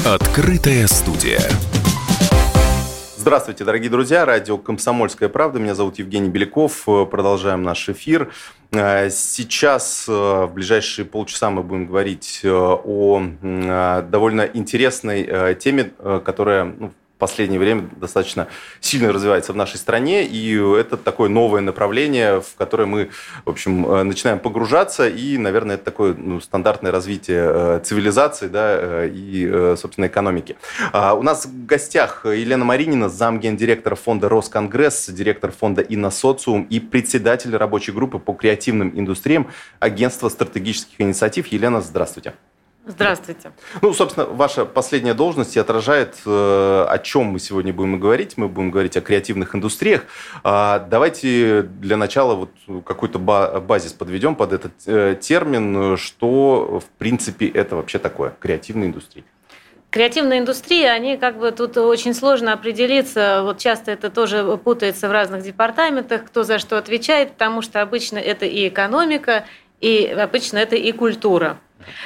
Открытая студия. Здравствуйте, дорогие друзья. Радио «Комсомольская правда». Меня зовут Евгений Беляков. Продолжаем наш эфир. Сейчас, в ближайшие полчаса, мы будем говорить о довольно интересной теме, которая в последнее время достаточно сильно развивается в нашей стране, и это такое новое направление, в которое мы, в общем, начинаем погружаться, и, наверное, это такое стандартное развитие цивилизации, да, и, собственно, экономики. У нас в гостях Елена Маринина, замгендиректора фонда «Росконгресс», директор фонда «Инносоциум» и председатель рабочей группы по креативным индустриям Агентства стратегических инициатив. Елена, здравствуйте. Здравствуйте. Собственно, ваша последняя должность отражает, о чем мы сегодня будем говорить. Мы будем говорить о креативных индустриях. Давайте для начала какой-то базис подведем под этот термин. Что, в принципе, это вообще такое, креативная индустрия? Креативные индустрии, они тут очень сложно определиться. Часто это тоже путается в разных департаментах, кто за что отвечает, потому что обычно это и экономика, и обычно это и культура.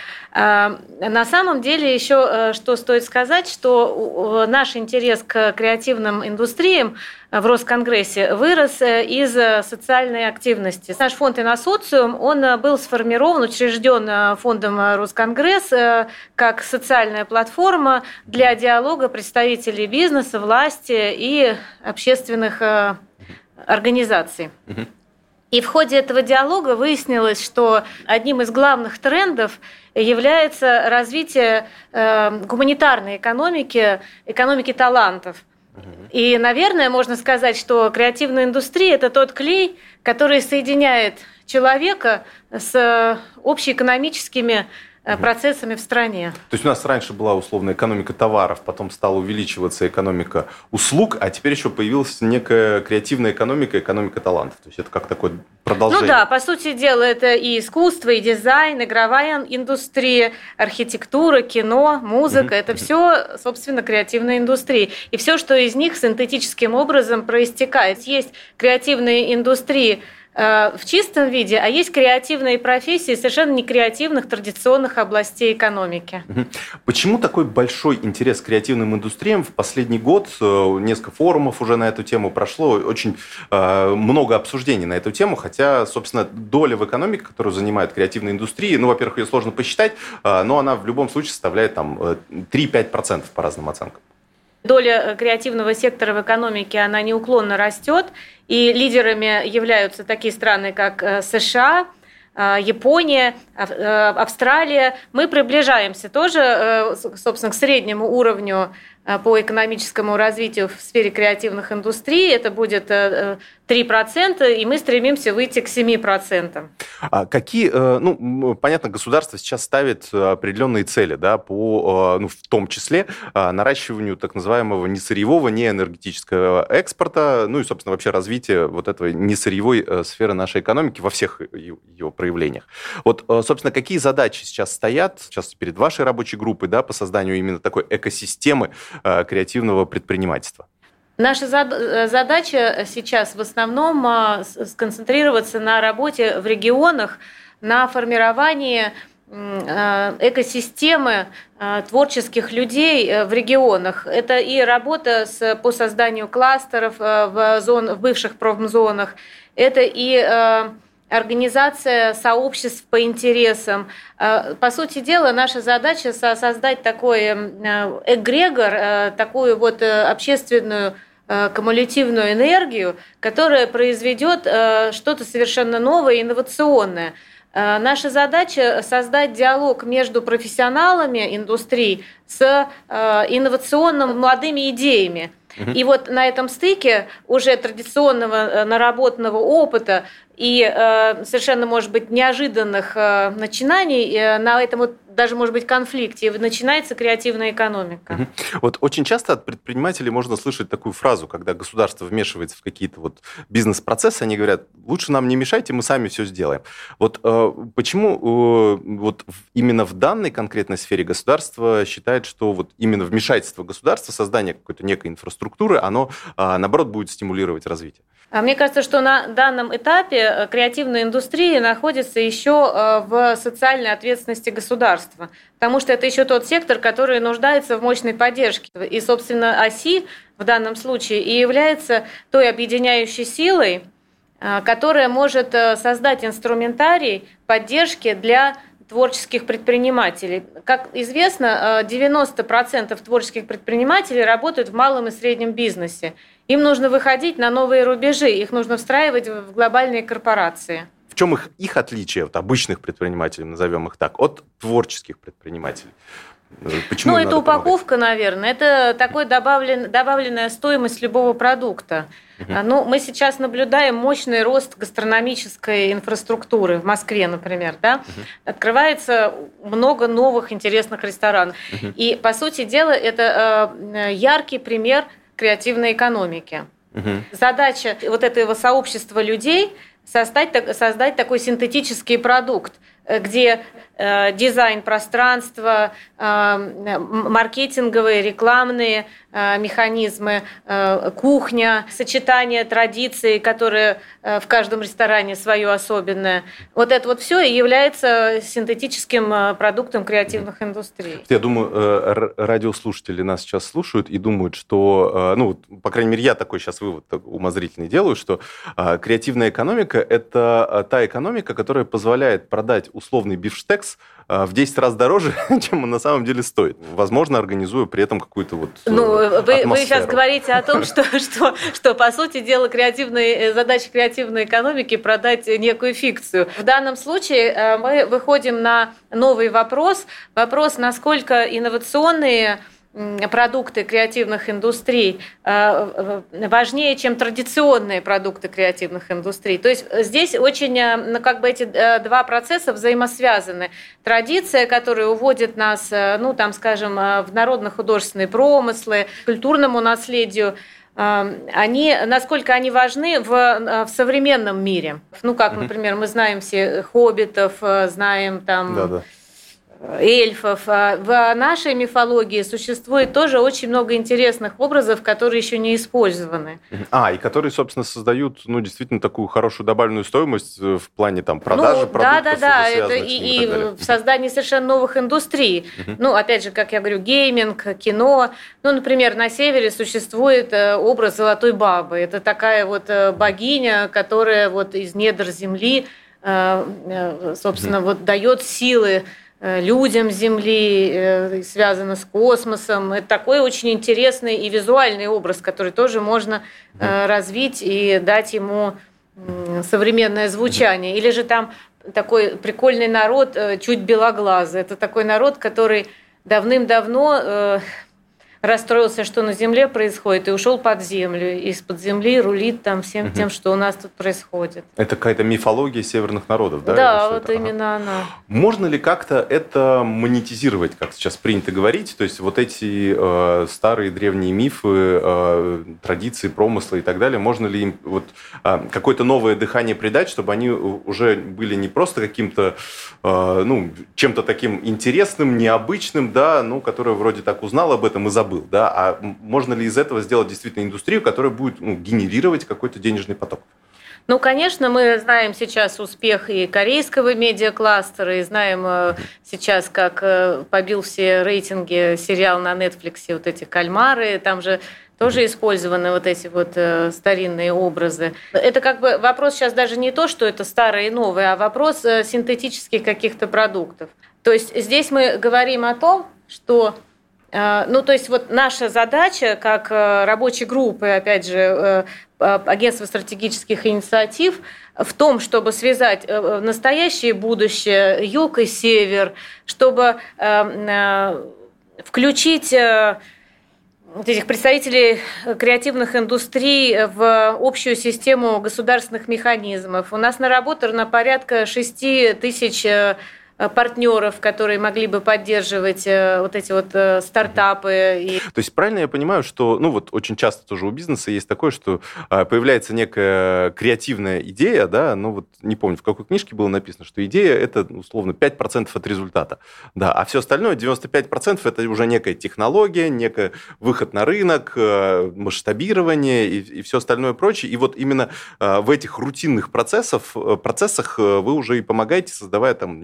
На самом деле еще что стоит сказать, что наш интерес к креативным индустриям в Росконгрессе вырос из социальной активности. Наш фонд «Инносоциум», он был сформирован, учрежден фондом «Росконгресс» как социальная платформа для диалога представителей бизнеса, власти и общественных организаций. И в ходе этого диалога выяснилось, что одним из главных трендов является развитие гуманитарной экономики талантов. И, наверное, можно сказать, что креативная индустрия – это тот клей, который соединяет человека с общеэкономическими процессами в стране. То есть у нас раньше была условно экономика товаров, потом стала увеличиваться экономика услуг, а теперь еще появилась некая креативная экономика талантов. То есть это как такое продолжение. По сути дела, это и искусство, и дизайн, игровая индустрия, архитектура, кино, музыка. Это все, собственно, креативная индустрия. И все, что из них синтетическим образом проистекает. Есть креативные индустрии в чистом виде, а есть креативные профессии совершенно не креативных традиционных областей экономики. Почему такой большой интерес к креативным индустриям? В последний год несколько форумов уже на эту тему прошло, очень много обсуждений на эту тему, хотя, собственно, доля в экономике, которую занимает креативная индустрия, во-первых, ее сложно посчитать, но она в любом случае составляет 3-5% по разным оценкам. Доля креативного сектора в экономике, она неуклонно растет, и лидерами являются такие страны, как США, Япония, Австралия. Мы приближаемся тоже, собственно, к среднему уровню по экономическому развитию в сфере креативных индустрий. Это будет 3%, и мы стремимся выйти к 7%. Понятно, государство сейчас ставит определенные цели, да, в том числе наращиванию так называемого несырьевого, неэнергетического экспорта, и, собственно, вообще развитие этой несырьевой сферы нашей экономики во всех ее проявлениях. Собственно, какие задачи сейчас стоят перед вашей рабочей группой, да, по созданию именно такой экосистемы креативного предпринимательства? Наша задача сейчас в основном сконцентрироваться на работе в регионах, на формировании экосистемы творческих людей в регионах. Это и работа по созданию кластеров в бывших промзонах, это и организация сообществ по интересам. По сути дела, наша задача создать такой эгрегор, такую общественную кумулятивную энергию, которая произведет что-то совершенно новое и инновационное. Наша задача создать диалог между профессионалами индустрии с инновационными молодыми идеями. И на этом стыке уже традиционного наработанного опыта и совершенно, может быть, неожиданных начинаний, на этом даже, может быть, конфликте начинается креативная экономика. Очень часто от предпринимателей можно слышать такую фразу, когда государство вмешивается в какие-то бизнес-процессы, они говорят: лучше нам не мешайте, мы сами все сделаем. Почему именно в данной конкретной сфере государство считает, что именно вмешательство государства, создание какой-то некой инфраструктуры, оно, наоборот, будет стимулировать развитие? Мне кажется, что на данном этапе креативная индустрия находится еще в социальной ответственности государства. государства, потому что это еще тот сектор, который нуждается в мощной поддержке. И, собственно, ОСИ в данном случае и является той объединяющей силой, которая может создать инструментарий поддержки для творческих предпринимателей. Как известно, 90% творческих предпринимателей работают в малом и среднем бизнесе. Им нужно выходить на новые рубежи, их нужно встраивать в глобальные корпорации. В чем их отличие от обычных предпринимателей, назовем их так, от творческих предпринимателей? Почему это упаковка, наверное. Это такой добавленная стоимость любого продукта. Мы сейчас наблюдаем мощный рост гастрономической инфраструктуры в Москве, например. Да? Открывается много новых интересных ресторанов. И, по сути дела, это яркий пример креативной экономики. Задача вот этого сообщества людей создать такой синтетический продукт, где дизайн пространства, маркетинговые, рекламные механизмы, кухня, сочетание традиций, которые в каждом ресторане свое особенное. Вот это вот все и является синтетическим продуктом креативных индустрий. Я думаю, радиослушатели нас сейчас слушают и думают, что, по крайней мере, я такой сейчас вывод умозрительный делаю, что креативная экономика – это та экономика, которая позволяет продать условный бифштекс в 10 раз дороже, чем он на самом деле стоит. Возможно, организуя при этом какую-то атмосферу. Вы сейчас говорите о том, что по сути дела задача креативной экономики продать некую фикцию. В данном случае мы выходим на новый вопрос, насколько инновационные продукты креативных индустрий важнее, чем традиционные продукты креативных индустрий. То есть здесь очень, эти два процесса взаимосвязаны. Традиция, которая уводит нас, в народно-художественные промыслы, к культурному наследию, насколько они важны в современном мире. Например, мы знаем все хоббитов, знаем там... эльфов. В нашей мифологии существует тоже очень много интересных образов, которые еще не использованы. И которые, собственно, создают действительно такую хорошую добавленную стоимость в плане продажи продуктов. Это и в создании совершенно новых индустрий. Опять же, как я говорю, гейминг, кино. Например, на севере существует образ Золотой Бабы. Это такая богиня, которая из недр земли, собственно, дает силы людям Земли, связано с космосом. Это такой очень интересный и визуальный образ, который тоже можно развить и дать ему современное звучание. Или же там такой прикольный народ, чуть белоглазый. Это такой народ, который давным-давно расстроился, что на Земле происходит, и ушел под землю. И из-под земли рулит там всем тем, что у нас тут происходит. Это какая-то мифология северных народов, да? Да, именно она. Можно ли как-то это монетизировать, как сейчас принято говорить? То есть эти старые древние мифы, традиции, промыслы и так далее, можно ли им какое-то новое дыхание придать, чтобы они уже были не просто каким-то, чем-то таким интересным, необычным, да, который вроде так узнал об этом и забыл. А можно ли из этого сделать действительно индустрию, которая будет генерировать какой-то денежный поток? Конечно, мы знаем сейчас успех и корейского медиакластера, и знаем сейчас, как побил все рейтинги сериал на Netflix, эти «Кальмары», там же тоже использованы эти старинные образы. Это вопрос сейчас даже не то, что это старое и новое, а вопрос синтетических каких-то продуктов. То есть здесь мы говорим о том, что наша задача как рабочей группы, опять же, агентства стратегических инициатив, в том, чтобы связать настоящее и будущее, юг и север, чтобы включить этих представителей креативных индустрий в общую систему государственных механизмов. У нас наработано порядка 6 тысяч партнеров, которые могли бы поддерживать эти стартапы. То есть правильно я понимаю, что очень часто тоже у бизнеса есть такое, что появляется некая креативная идея, да, не помню, в какой книжке было написано, что идея – это, условно, 5% от результата, да, а все остальное, 95% – это уже некая технология, некий выход на рынок, масштабирование и все остальное прочее. И именно в этих рутинных процессах вы уже и помогаете, создавая там некую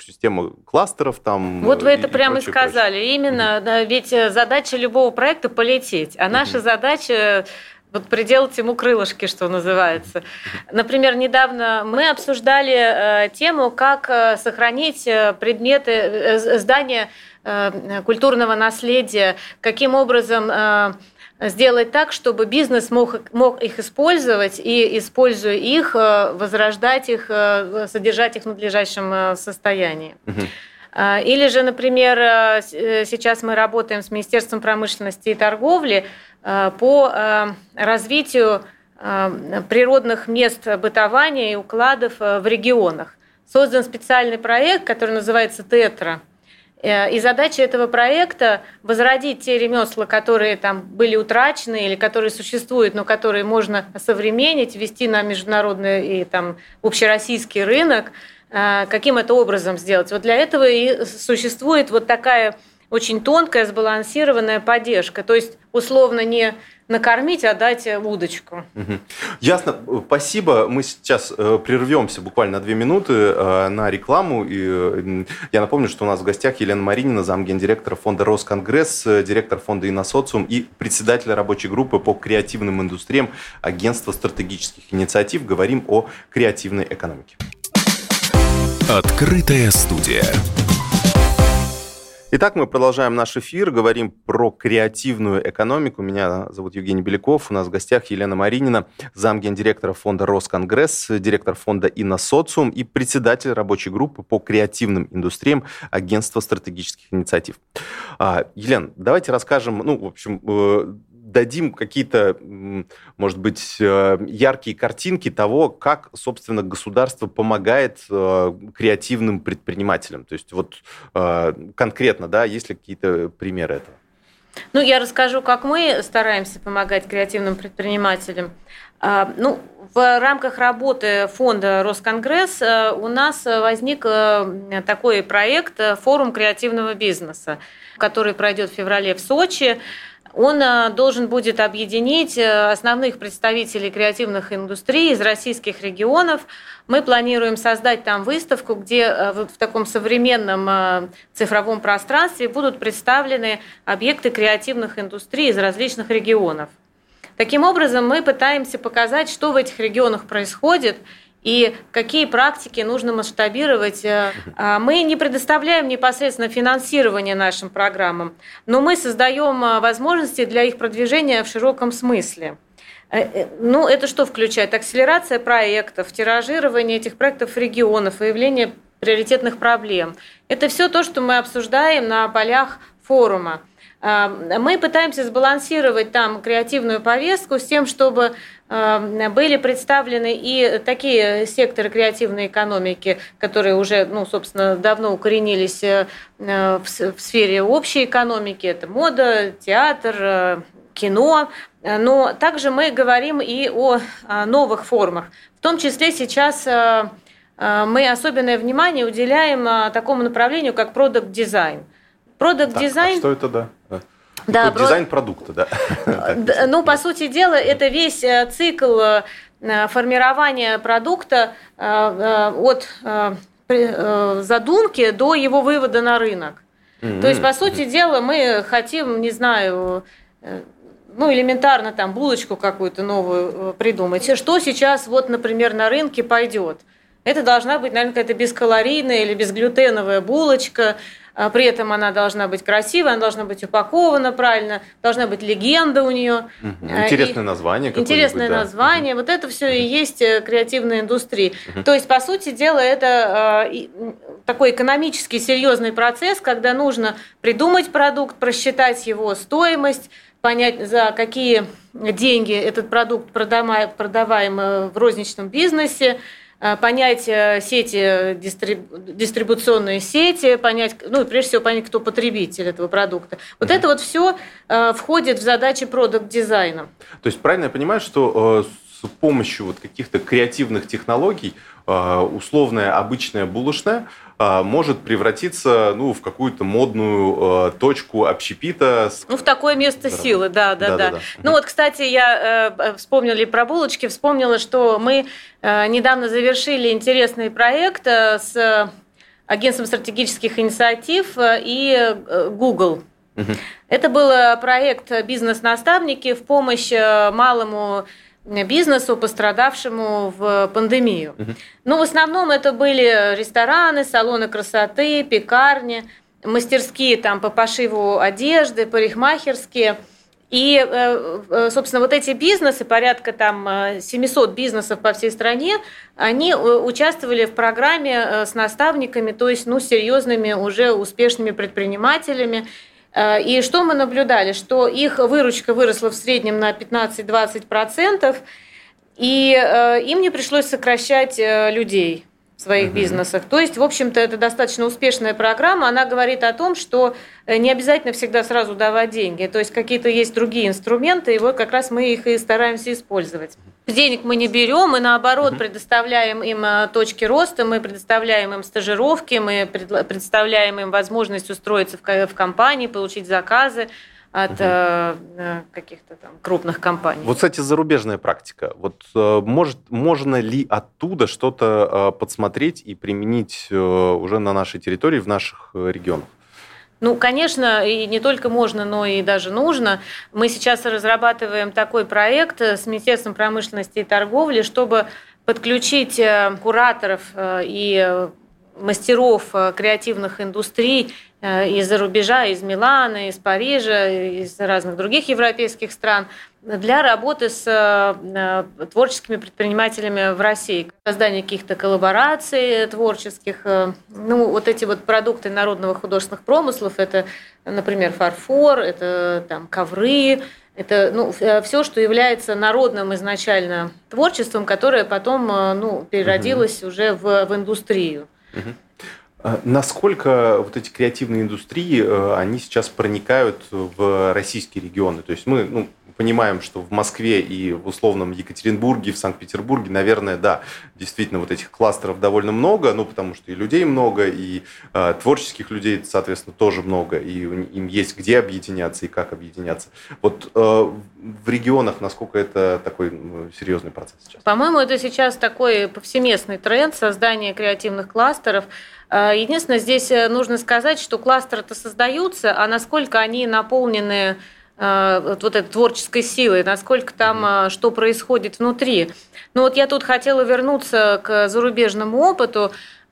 экосистема кластеров. Там, вот вы это прямо и сказали. Именно, да, ведь задача любого проекта – полететь, а наша задача вот приделать ему крылышки, что называется. Например, недавно мы обсуждали тему, как сохранить предметы, здания культурного наследия, каким образом сделать так, чтобы бизнес мог их использовать и, используя их, возрождать их, содержать их в надлежащем состоянии. Или же, например, сейчас мы работаем с Министерством промышленности и торговли по развитию природных мест бытования и укладов в регионах. Создан специальный проект, который называется «Тетра». И задача этого проекта – возродить те ремесла, которые там были утрачены или которые существуют, но которые можно осовременить, ввести на международный и там, общероссийский рынок. Каким это образом сделать? Вот для этого и существует вот такая очень тонкая, сбалансированная поддержка. То есть, условно, не накормить, а дать удочку. Ясно. Спасибо. Мы сейчас прервемся буквально на 2 минуты на рекламу. И я напомню, что у нас в гостях Елена Маринина, замгендиректора фонда «Росконгресс», директор фонда «Инносоциум» и председатель рабочей группы по креативным индустриям Агентства стратегических инициатив. Говорим о креативной экономике. Открытая студия. Итак, мы продолжаем наш эфир, говорим про креативную экономику. Меня зовут Евгений Беляков, у нас в гостях Елена Маринина, замгендиректора фонда «Росконгресс», директор фонда «Инносоциум» и председатель рабочей группы по креативным индустриям Агентства стратегических инициатив. Елена, давайте расскажем, дадим какие-то, может быть, яркие картинки того, как, собственно, государство помогает креативным предпринимателям. То есть вот конкретно, да, есть ли какие-то примеры этого? Я расскажу, как мы стараемся помогать креативным предпринимателям. В рамках работы фонда «Росконгресс» у нас возник такой проект «Форум креативного бизнеса», который пройдет в феврале в Сочи. Он должен будет объединить основных представителей креативных индустрий из российских регионов. Мы планируем создать там выставку, где в таком современном цифровом пространстве будут представлены объекты креативных индустрий из различных регионов. Таким образом, мы пытаемся показать, что в этих регионах происходит, и какие практики нужно масштабировать. Мы не предоставляем непосредственно финансирование нашим программам, но мы создаем возможности для их продвижения в широком смысле. Это что включает? Акселерация проектов, тиражирование этих проектов в регионах, выявление приоритетных проблем. Это все то, что мы обсуждаем на полях форума. Мы пытаемся сбалансировать там креативную повестку с тем, чтобы были представлены и такие секторы креативной экономики, которые уже, собственно, давно укоренились в сфере общей экономики. Это мода, театр, кино. Но также мы говорим и о новых формах. В том числе сейчас мы особенное внимание уделяем такому направлению, как продакт-дизайн. Продакт-дизайн... что это, да? Да, дизайн продукта, да? По сути дела, это весь цикл формирования продукта от задумки до его вывода на рынок. То есть, по сути дела, мы хотим, не знаю, элементарно там булочку какую-то новую придумать. Что сейчас, например, на рынке пойдет? Это должна быть, наверное, какая-то бескалорийная или безглютеновая булочка. При этом она должна быть красивая, она должна быть упакована правильно, должна быть легенда у нее. Интересное название. Интересное название. Вот это все и есть креативная индустрия. То есть, по сути дела, это такой экономически серьезный процесс, когда нужно придумать продукт, просчитать его стоимость, понять, за какие деньги этот продукт продаваем в розничном бизнесе, понять сети, дистрибуционные сети, понять, прежде всего понять, кто потребитель этого продукта. Вот это все входит в задачи продакт-дизайна. То есть правильно я понимаю, что с помощью каких-то креативных технологий условная обычная булочная может превратиться в какую-то модную точку общепита. В такое место силы, да. Кстати, я вспомнила про булочки, вспомнила, что мы недавно завершили интересный проект с Агентством стратегических инициатив и Google. Это был проект «Бизнес-наставники» в помощь малому бизнесу, пострадавшему в пандемию. Ну, в основном это были рестораны, салоны красоты, пекарни, мастерские там по пошиву одежды, парикмахерские. И, собственно, вот эти бизнесы, порядка там 700 бизнесов по всей стране, они участвовали в программе с наставниками, то есть, серьезными уже успешными предпринимателями. И что мы наблюдали? Что их выручка выросла в среднем на 15-20%, и им не пришлось сокращать людей в своих бизнесах. То есть, в общем-то, это достаточно успешная программа. Она говорит о том, что не обязательно всегда сразу давать деньги. То есть, какие-то есть другие инструменты, и вот как раз мы их и стараемся использовать. Денег мы не берем, мы наоборот предоставляем им точки роста, мы предоставляем им стажировки, мы предоставляем им возможность устроиться в компании, получить заказы от каких-то там крупных компаний. Вот, кстати, зарубежная практика. Вот можно ли оттуда что-то подсмотреть и применить уже на нашей территории, в наших регионах? Ну, конечно, и не только можно, но и даже нужно. Мы сейчас разрабатываем такой проект с Министерством промышленности и торговли, чтобы подключить кураторов и мастеров креативных индустрий из-за рубежа, из Милана, из Парижа, из разных других европейских стран для работы с творческими предпринимателями в России. Создание каких-то коллабораций творческих. Вот эти вот продукты народного художественных промыслов, это, например, фарфор, это там ковры, это все, что является народным изначально творчеством, которое потом переродилось уже в индустрию. Насколько вот эти креативные индустрии, они сейчас проникают в российские регионы? То есть мы понимаем, что в Москве и в условном Екатеринбурге, в Санкт-Петербурге, наверное, да, действительно вот этих кластеров довольно много, потому что и людей много, и творческих людей, соответственно, тоже много, и им есть где объединяться и как объединяться. Вот в регионах насколько это такой серьезный процесс сейчас? По-моему, это сейчас такой повсеместный тренд создания креативных кластеров. Единственное, здесь нужно сказать, что кластеры-то создаются, а насколько они наполнены вот этой творческой силой, насколько там что происходит внутри. Я тут хотела вернуться к зарубежному опыту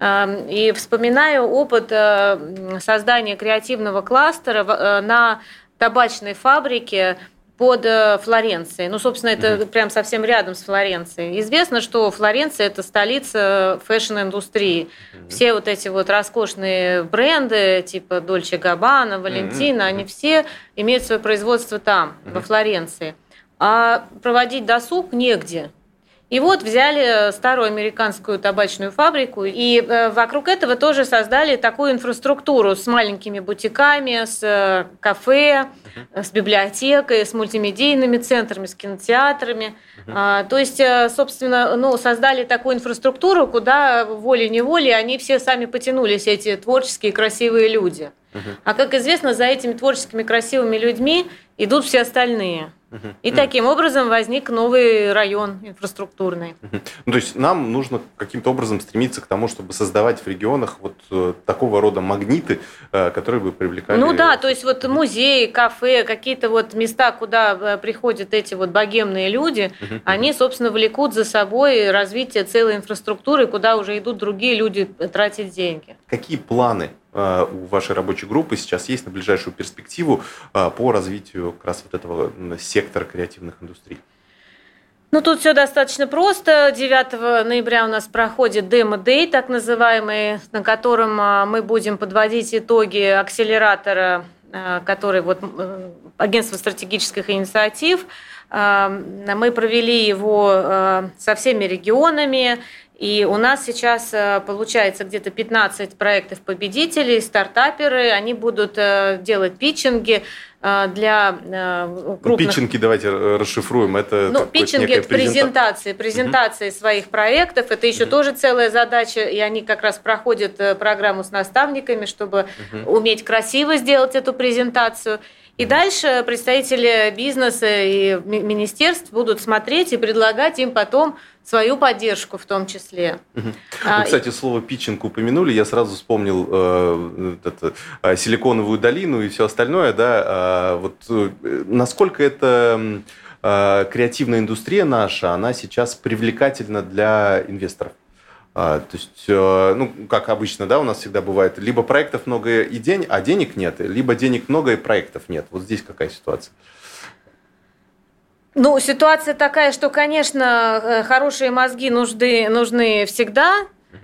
и вспоминаю опыт создания креативного кластера на табачной фабрике под Флоренцией. Собственно, это прям совсем рядом с Флоренцией. Известно, что Флоренция – это столица фэшн-индустрии. Все вот эти вот роскошные бренды, типа Dolce Gabbana, Valentino, они все имеют свое производство там, во Флоренции. А проводить досуг негде. И вот взяли старую американскую табачную фабрику, и вокруг этого тоже создали такую инфраструктуру с маленькими бутиками, с кафе, с библиотекой, с мультимедийными центрами, с кинотеатрами. То есть, собственно, создали такую инфраструктуру, куда волей-неволей они все сами потянулись, эти творческие красивые люди. А как известно, за этими творческими красивыми людьми идут все остальные. И таким образом возник новый район инфраструктурный. То есть нам нужно каким-то образом стремиться к тому, чтобы создавать в регионах вот такого рода магниты, которые бы привлекали... то есть вот музеи, кафе, какие-то вот места, куда приходят эти вот богемные люди, они, собственно, влекут за собой развитие целой инфраструктуры, куда уже идут другие люди тратить деньги. Какие планы у вашей рабочей группы сейчас есть на ближайшую перспективу по развитию как раз вот этого сектора креативных индустрий? Тут все достаточно просто. 9 ноября у нас проходит демо-дэй, так называемый, на котором мы будем подводить итоги акселератора, который Агентство стратегических инициатив. Мы провели его со всеми регионами. И у нас сейчас получается где-то 15 проектов-победителей, стартаперы, они будут делать питчинги для крупных... Питчинги давайте расшифруем. Это питчинги – это презентации своих проектов. Это еще тоже целая задача, и они как раз проходят программу с наставниками, чтобы уметь красиво сделать эту презентацию. И дальше представители бизнеса и министерств будут смотреть и предлагать им потом свою поддержку в том числе. Кстати, слово «питчинг» упомянули, я сразу вспомнил Силиконовую долину и все остальное. Да? Насколько это креативная индустрия наша, она сейчас привлекательна для инвесторов? То есть, как обычно, да, у нас всегда бывает, либо проектов много, а денег нет, либо денег много и проектов нет. Вот здесь какая ситуация? Ситуация такая, что, конечно, хорошие мозги нужны всегда.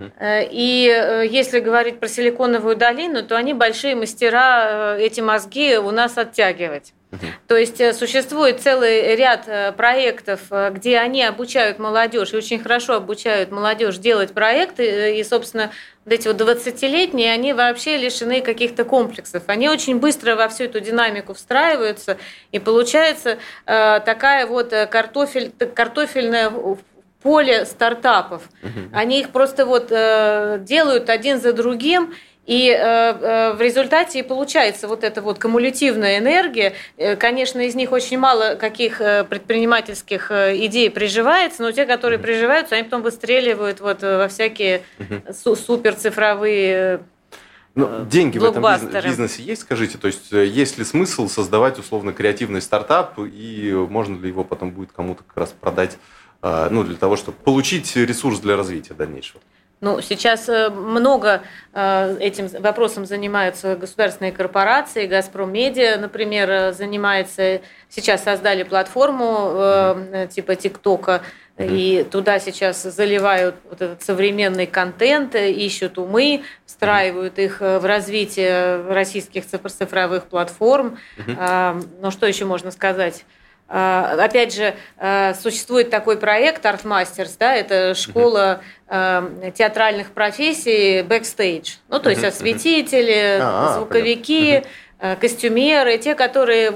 И если говорить про Силиконовую долину, то они большие мастера эти мозги у нас оттягивать. То есть существует целый ряд проектов, где они обучают молодежь, и очень хорошо обучают молодежь делать проекты, и, собственно, вот эти 20-летние, они вообще лишены каких-то комплексов. Они очень быстро во всю эту динамику встраиваются, и получается такая вот картофельная поле стартапов. Они их просто делают один за другим, и в результате и получается вот эта вот кумулятивная энергия. Конечно, из них очень мало каких предпринимательских идей приживается, но те, которые приживаются, они потом выстреливают во всякие суперцифровые деньги в этом бизнесе есть, скажите? То есть ли смысл создавать условно креативный стартап, и можно ли его потом будет кому-то как раз продать, для того, чтобы получить ресурс для развития дальнейшего? Сейчас много этим вопросом занимаются государственные корпорации. «Газпром Медиа», например, занимается. Сейчас создали платформу типа ТикТока, и туда сейчас заливают вот этот современный контент, ищут умы, встраивают их в развитие российских цифровых платформ. Что еще можно сказать? Опять же, существует такой проект «Артмастерс», да, это школа театральных профессий «Бэкстейдж». То есть осветители, звуковики, костюмеры, те, которые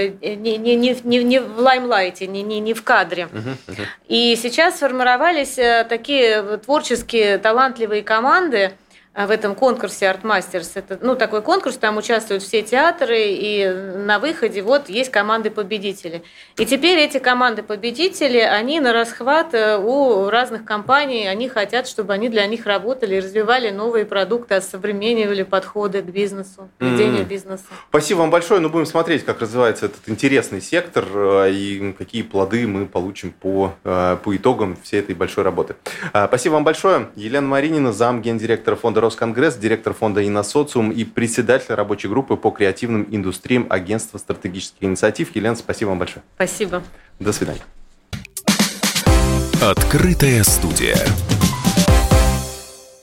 не в лаймлайте, не в кадре. И сейчас сформировались такие творческие, талантливые команды в этом конкурсе «Артмастерс». Это такой конкурс, там участвуют все театры, и на выходе есть команды-победители. И теперь эти команды-победители, они на расхват у разных компаний, они хотят, чтобы они для них работали и развивали новые продукты, осовременивали подходы к бизнесу, к ведению бизнеса. Спасибо вам большое. Будем смотреть, как развивается этот интересный сектор и какие плоды мы получим по итогам всей этой большой работы. Спасибо вам большое. Елена Маринина, замгендиректора фонда «Росконгресс», директор фонда «Инносоциум» и председатель рабочей группы по креативным индустриям Агентства стратегических инициатив. Елена, спасибо вам большое. Спасибо. До свидания. Открытая студия.